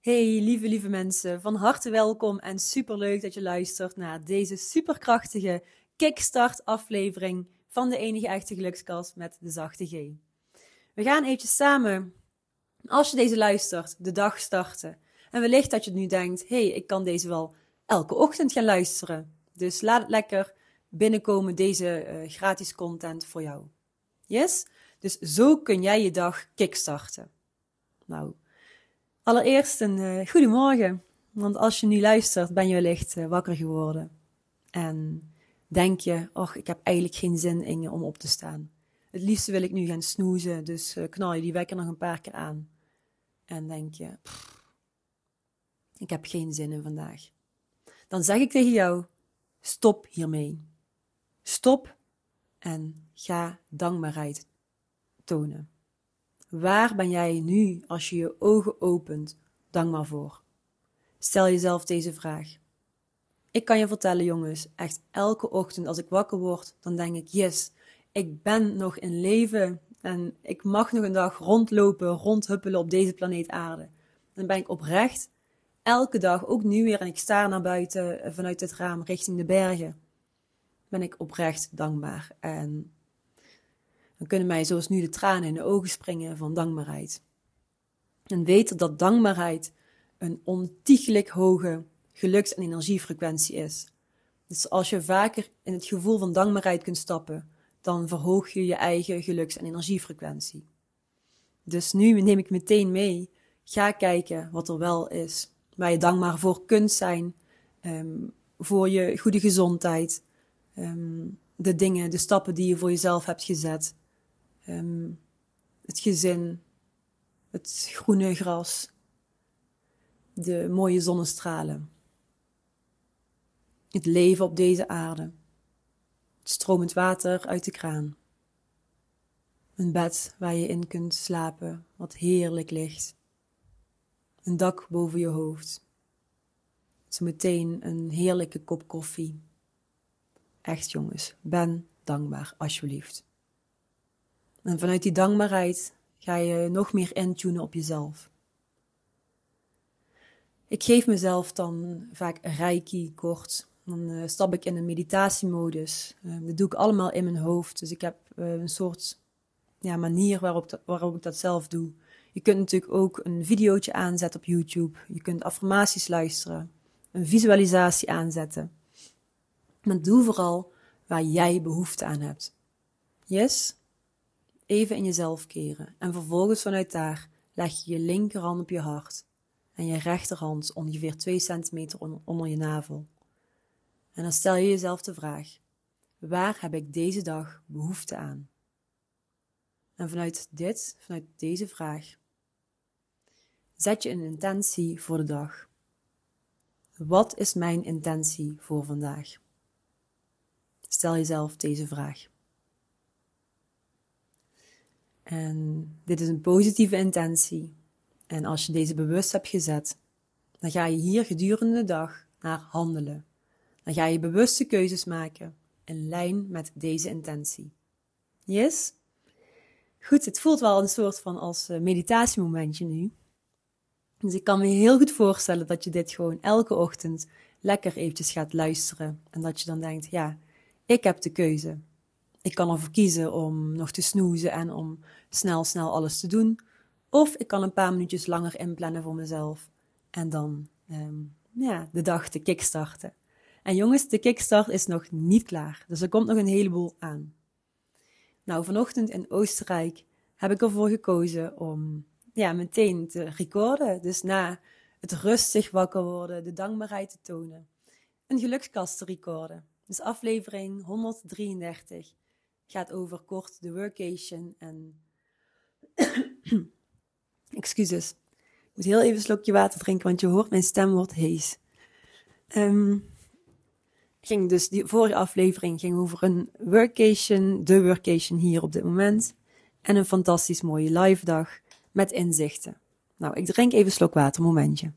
Hey lieve mensen, van harte welkom en superleuk dat je luistert naar deze superkrachtige kickstart aflevering van de enige echte gelukskast met de zachte G. We gaan eventjes samen, als je deze luistert, de dag starten. En wellicht dat je nu denkt, hey, ik kan deze wel elke ochtend gaan luisteren. Dus laat het lekker binnenkomen, deze gratis content voor jou. Yes? Dus zo kun jij je dag kickstarten. Nou, allereerst een goedemorgen, want als je nu luistert ben je wellicht wakker geworden. En denk je, och, ik heb eigenlijk geen zin Inge om op te staan. Het liefste wil ik nu gaan snoezen, dus knal je die wekker nog een paar keer aan. En denk je, ik heb geen zin in vandaag. Dan zeg ik tegen jou, stop hiermee. Stop en ga dankbaarheid tonen. Waar ben jij nu, als je je ogen opent, dankbaar voor? Stel jezelf deze vraag. Ik kan je vertellen, jongens, echt elke ochtend als ik wakker word, dan denk ik, yes, ik ben nog in leven en ik mag nog een dag rondlopen, rondhuppelen op deze planeet aarde. Dan ben ik oprecht, elke dag, ook nu weer, en ik sta naar buiten vanuit het raam richting de bergen, ben ik oprecht dankbaar. En dan kunnen mij zoals nu de tranen in de ogen springen van dankbaarheid. En weet dat dankbaarheid een ontiegelijk hoge geluks- en energiefrequentie is. Dus als je vaker in het gevoel van dankbaarheid kunt stappen, dan verhoog je je eigen geluks- en energiefrequentie. Dus nu neem ik meteen mee, ga kijken wat er wel is. Waar je dankbaar voor kunt zijn, voor je goede gezondheid, de dingen, de stappen die je voor jezelf hebt gezet. Het gezin, het groene gras, de mooie zonnestralen, het leven op deze aarde, het stromend water uit de kraan, een bed waar je in kunt slapen wat heerlijk ligt, een dak boven je hoofd, zometeen een heerlijke kop koffie. Echt jongens, ben dankbaar alsjeblieft. En vanuit die dankbaarheid ga je nog meer intunen op jezelf. Ik geef mezelf dan vaak reiki kort. Dan stap ik in een meditatiemodus. Dat doe ik allemaal in mijn hoofd. Dus ik heb een soort manier waarop ik dat zelf doe. Je kunt natuurlijk ook een videootje aanzetten op YouTube. Je kunt affirmaties luisteren. Een visualisatie aanzetten. Maar doe vooral waar jij behoefte aan hebt. Yes? Even in jezelf keren. En vervolgens vanuit daar leg je je linkerhand op je hart. En je rechterhand ongeveer 2 centimeter onder je navel. En dan stel je jezelf de vraag, waar heb ik deze dag behoefte aan? En vanuit deze vraag, zet je een intentie voor de dag. Wat is mijn intentie voor vandaag? Stel jezelf deze vraag. En dit is een positieve intentie. En als je deze bewust hebt gezet, dan ga je hier gedurende de dag naar handelen. Dan ga je bewuste keuzes maken in lijn met deze intentie. Yes? Goed, het voelt wel een soort van als meditatiemomentje nu. Dus ik kan me heel goed voorstellen dat je dit gewoon elke ochtend lekker eventjes gaat luisteren. En dat je dan denkt, ja, ik heb de keuze. Ik kan ervoor kiezen om nog te snoezen en om snel alles te doen. Of ik kan een paar minuutjes langer inplannen voor mezelf. En dan de dag te kickstarten. En jongens, de kickstart is nog niet klaar. Dus er komt nog een heleboel aan. Nou, vanochtend in Oostenrijk heb ik ervoor gekozen om meteen te recorden. Dus na het rustig wakker worden, de dankbaarheid te tonen. Een gelukskast te recorden. Dus aflevering 133 gaat over kort de workation en... Excuses. Ik moet heel even een slokje water drinken, want je hoort mijn stem wordt hees. Die vorige aflevering ging over een workation, de workation hier op dit moment. En een fantastisch mooie live dag met inzichten. Nou, ik drink even een slok water, momentje.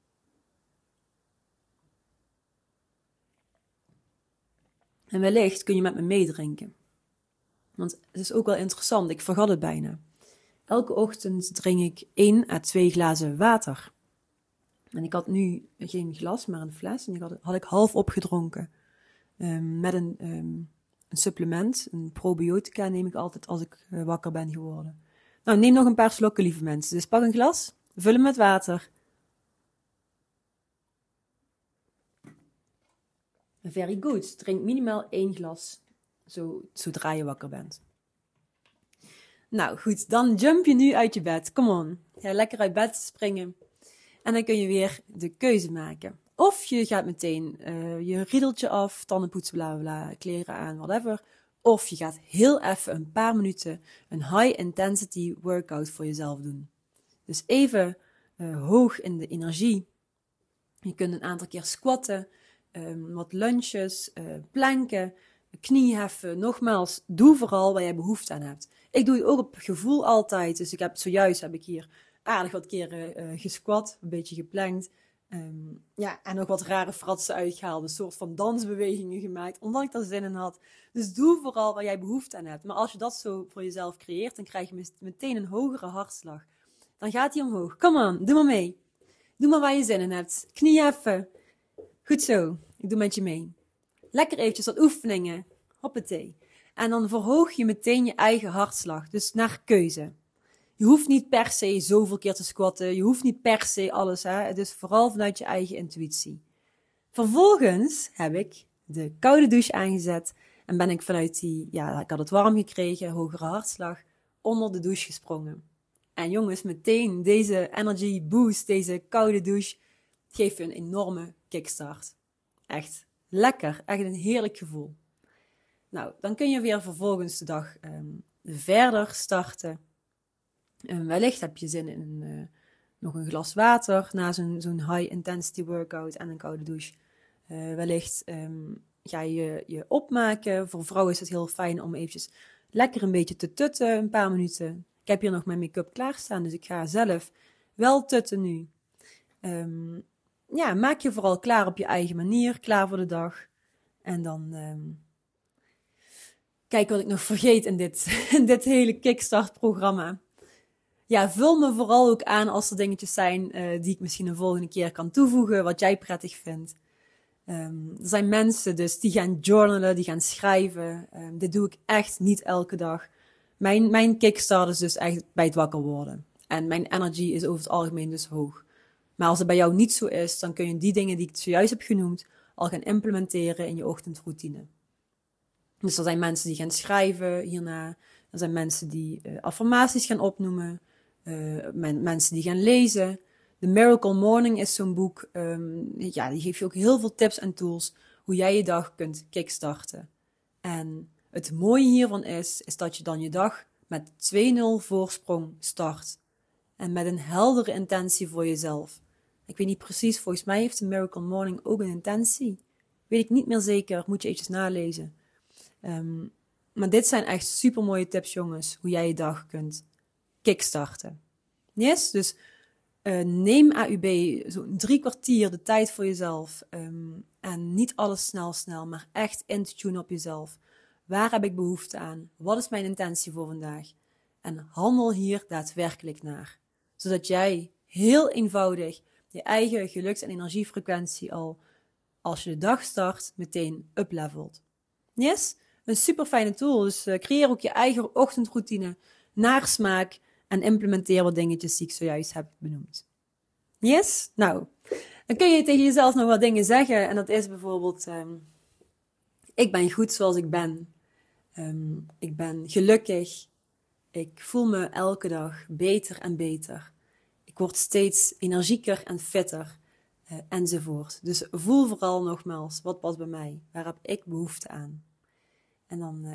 En wellicht kun je met me meedrinken. Want het is ook wel interessant, ik vergat het bijna. Elke ochtend drink ik 1 à 2 glazen water. En ik had nu geen glas, maar een fles. En die had ik half opgedronken. Met een supplement, een probiotica neem ik altijd als ik wakker ben geworden. Nou, neem nog een paar slokken, lieve mensen. Dus pak een glas, vul hem met water. Very good. Drink minimaal 1 glas, zodra je wakker bent. Nou goed, dan jump je nu uit je bed. Come on. Ga lekker uit bed springen. En dan kun je weer de keuze maken. Of je gaat meteen je riedeltje af, tandenpoetsen, bla bla, kleren aan, whatever. Of je gaat heel even een paar minuten een high intensity workout voor jezelf doen. Dus even hoog in de energie. Je kunt een aantal keer squatten, wat lunges, planken, knieheffen. Nogmaals, doe vooral waar jij behoefte aan hebt. Ik doe het ook op gevoel altijd. Dus zojuist heb ik hier aardig wat keren gesquat, een beetje geplankt. En nog wat rare fratsen uitgehaald. Een soort van dansbewegingen gemaakt, omdat ik daar zin in had. Dus doe vooral waar jij behoefte aan hebt. Maar als je dat zo voor jezelf creëert, dan krijg je meteen een hogere hartslag. Dan gaat hij omhoog. Come on, doe maar mee. Doe maar waar je zin in hebt. Knie heffen. Goed zo, ik doe met je mee. Lekker eventjes wat oefeningen. Hoppatee. En dan verhoog je meteen je eigen hartslag. Dus naar keuze. Je hoeft niet per se zoveel keer te squatten. Je hoeft niet per se alles. Hè? Dus vooral vanuit je eigen intuïtie. Vervolgens heb ik de koude douche aangezet. En ben ik vanuit ik had het warm gekregen, hogere hartslag, onder de douche gesprongen. En jongens, meteen deze energy boost, deze koude douche, geeft je een enorme kickstart. Echt lekker, echt een heerlijk gevoel. Nou, dan kun je weer vervolgens de dag verder starten. Wellicht heb je zin in nog een glas water na zo'n high intensity workout en een koude douche. Wellicht ga je je opmaken. Voor vrouwen is het heel fijn om eventjes lekker een beetje te tutten, een paar minuten. Ik heb hier nog mijn make-up klaarstaan, dus ik ga zelf wel tutten nu. Maak je vooral klaar op je eigen manier, klaar voor de dag. En dan kijk wat ik nog vergeet in dit hele Kickstart-programma. Ja, vul me vooral ook aan als er dingetjes zijn die ik misschien een volgende keer kan toevoegen, wat jij prettig vindt. Er zijn mensen dus die gaan journalen, die gaan schrijven. Dit doe ik echt niet elke dag. Mijn kickstart is dus echt bij het wakker worden. En mijn energy is over het algemeen dus hoog. Maar als het bij jou niet zo is, dan kun je die dingen die ik zojuist heb genoemd al gaan implementeren in je ochtendroutine. Dus er zijn mensen die gaan schrijven hierna. Er zijn mensen die affirmaties gaan opnoemen. Mensen die gaan lezen. The Miracle Morning is zo'n boek. Die geeft je ook heel veel tips en tools hoe jij je dag kunt kickstarten. En het mooie hiervan is dat je dan je dag met 2-0 voorsprong start. En met een heldere intentie voor jezelf. Ik weet niet precies, volgens mij heeft de Miracle Morning ook een intentie. Weet ik niet meer zeker, moet je eventjes nalezen. Maar dit zijn echt super mooie tips, jongens, hoe jij je dag kunt kickstarten. Yes, dus neem AUB zo'n 3 kwartier de tijd voor jezelf. En niet alles snel, maar echt in te tunen op jezelf. Waar heb ik behoefte aan? Wat is mijn intentie voor vandaag? En handel hier daadwerkelijk naar. Zodat jij heel eenvoudig je eigen geluks- en energiefrequentie al, als je de dag start, meteen uplevelt. Yes? Een super fijne tool. Dus creëer ook je eigen ochtendroutine naar smaak en implementeer wat dingetjes die ik zojuist heb benoemd. Yes? Nou, dan kun je tegen jezelf nog wat dingen zeggen. En dat is bijvoorbeeld, ik ben goed zoals ik ben. Ik ben gelukkig. Ik voel me elke dag beter en beter. Ik word steeds energieker en fitter. Enzovoort. Dus voel vooral nogmaals, wat past bij mij? Waar heb ik behoefte aan? En dan,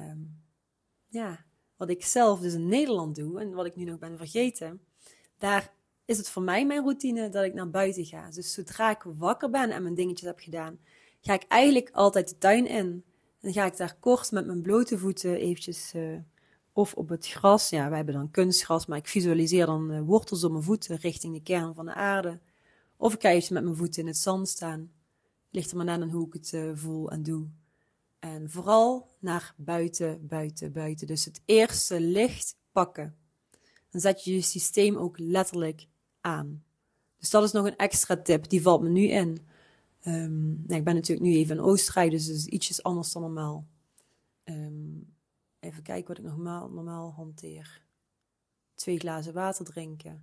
wat ik zelf dus in Nederland doe en wat ik nu nog ben vergeten, daar is het voor mij mijn routine dat ik naar buiten ga. Dus zodra ik wakker ben en mijn dingetjes heb gedaan, ga ik eigenlijk altijd de tuin in. Dan ga ik daar kort met mijn blote voeten eventjes, of op het gras. Ja, wij hebben dan kunstgras, maar ik visualiseer dan wortels op mijn voeten richting de kern van de aarde. Of ik ga eventjes met mijn voeten in het zand staan. Ligt er maar net aan hoe ik het voel en doe. En vooral naar buiten. Dus het eerste licht pakken. Dan zet je je systeem ook letterlijk aan. Dus dat is nog een extra tip, die valt me nu in. Ik ben natuurlijk nu even in Oostenrijk, dus het is ietsjes anders dan normaal. Even kijken wat ik nog normaal hanteer. 2 glazen water drinken.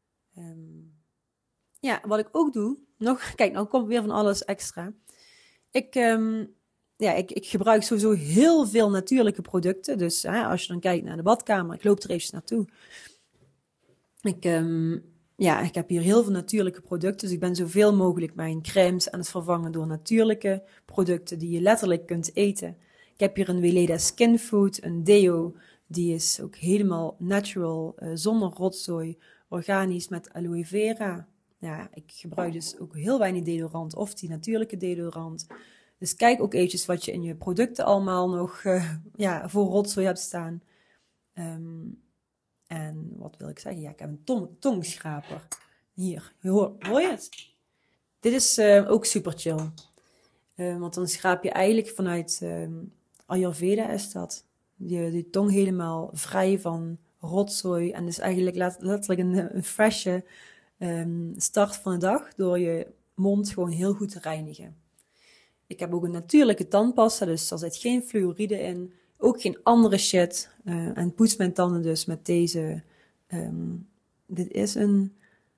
Wat ik ook doe, kijk, nou komt weer van alles extra. Ik gebruik sowieso heel veel natuurlijke producten. Dus als je dan kijkt naar de badkamer, ik loop er eventjes naartoe. Ik heb hier heel veel natuurlijke producten. Dus ik ben zoveel mogelijk mijn crèmes aan het vervangen door natuurlijke producten die je letterlijk kunt eten. Ik heb hier een Weleda Skin Food, een deo. Die is ook helemaal natural, zonder rotzooi, organisch met aloe vera. Ja, ik gebruik dus ook heel weinig deodorant of die natuurlijke deodorant. Dus kijk ook eventjes wat je in je producten allemaal nog voor rotzooi hebt staan. En wat wil ik zeggen? Ja, ik heb een tongschraper. Hier, hoor je het? Dit is ook super chill. Want dan schraap je eigenlijk vanuit Ayurveda is dat. Je tong helemaal vrij van rotzooi. En dus eigenlijk letterlijk een frisse start van de dag. Door je mond gewoon heel goed te reinigen. Ik heb ook een natuurlijke tandpasta. Dus er zit geen fluoride in. Ook geen andere shit. En poets mijn tanden dus met deze. Dit is een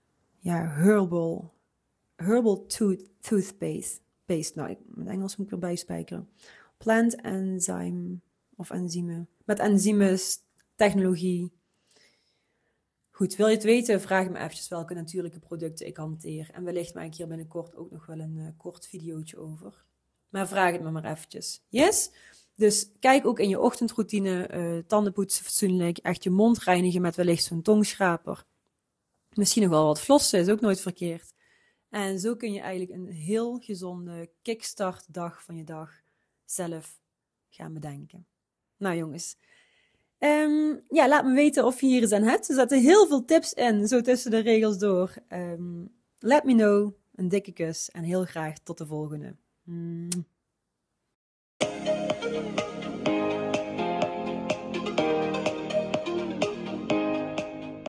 herbal toothpaste. Nou, met Engels moet ik erbij spijkeren. Plant enzyme of enzymen. Met enzymen technologie. Goed, wil je het weten? Vraag me eventjes welke natuurlijke producten ik hanteer. En wellicht maak ik hier binnenkort ook nog wel een kort videootje over. Maar vraag het me maar eventjes. Yes? Dus kijk ook in je ochtendroutine, tanden poetsen fatsoenlijk, echt je mond reinigen met wellicht zo'n tongschraper. Misschien nog wel wat flossen, is ook nooit verkeerd. En zo kun je eigenlijk een heel gezonde kickstart-dag van je dag zelf gaan bedenken. Nou jongens, laat me weten of je hier eens aan hebt. Er zetten heel veel tips in, zo tussen de regels door. Let me know, een dikke kus en heel graag tot de volgende.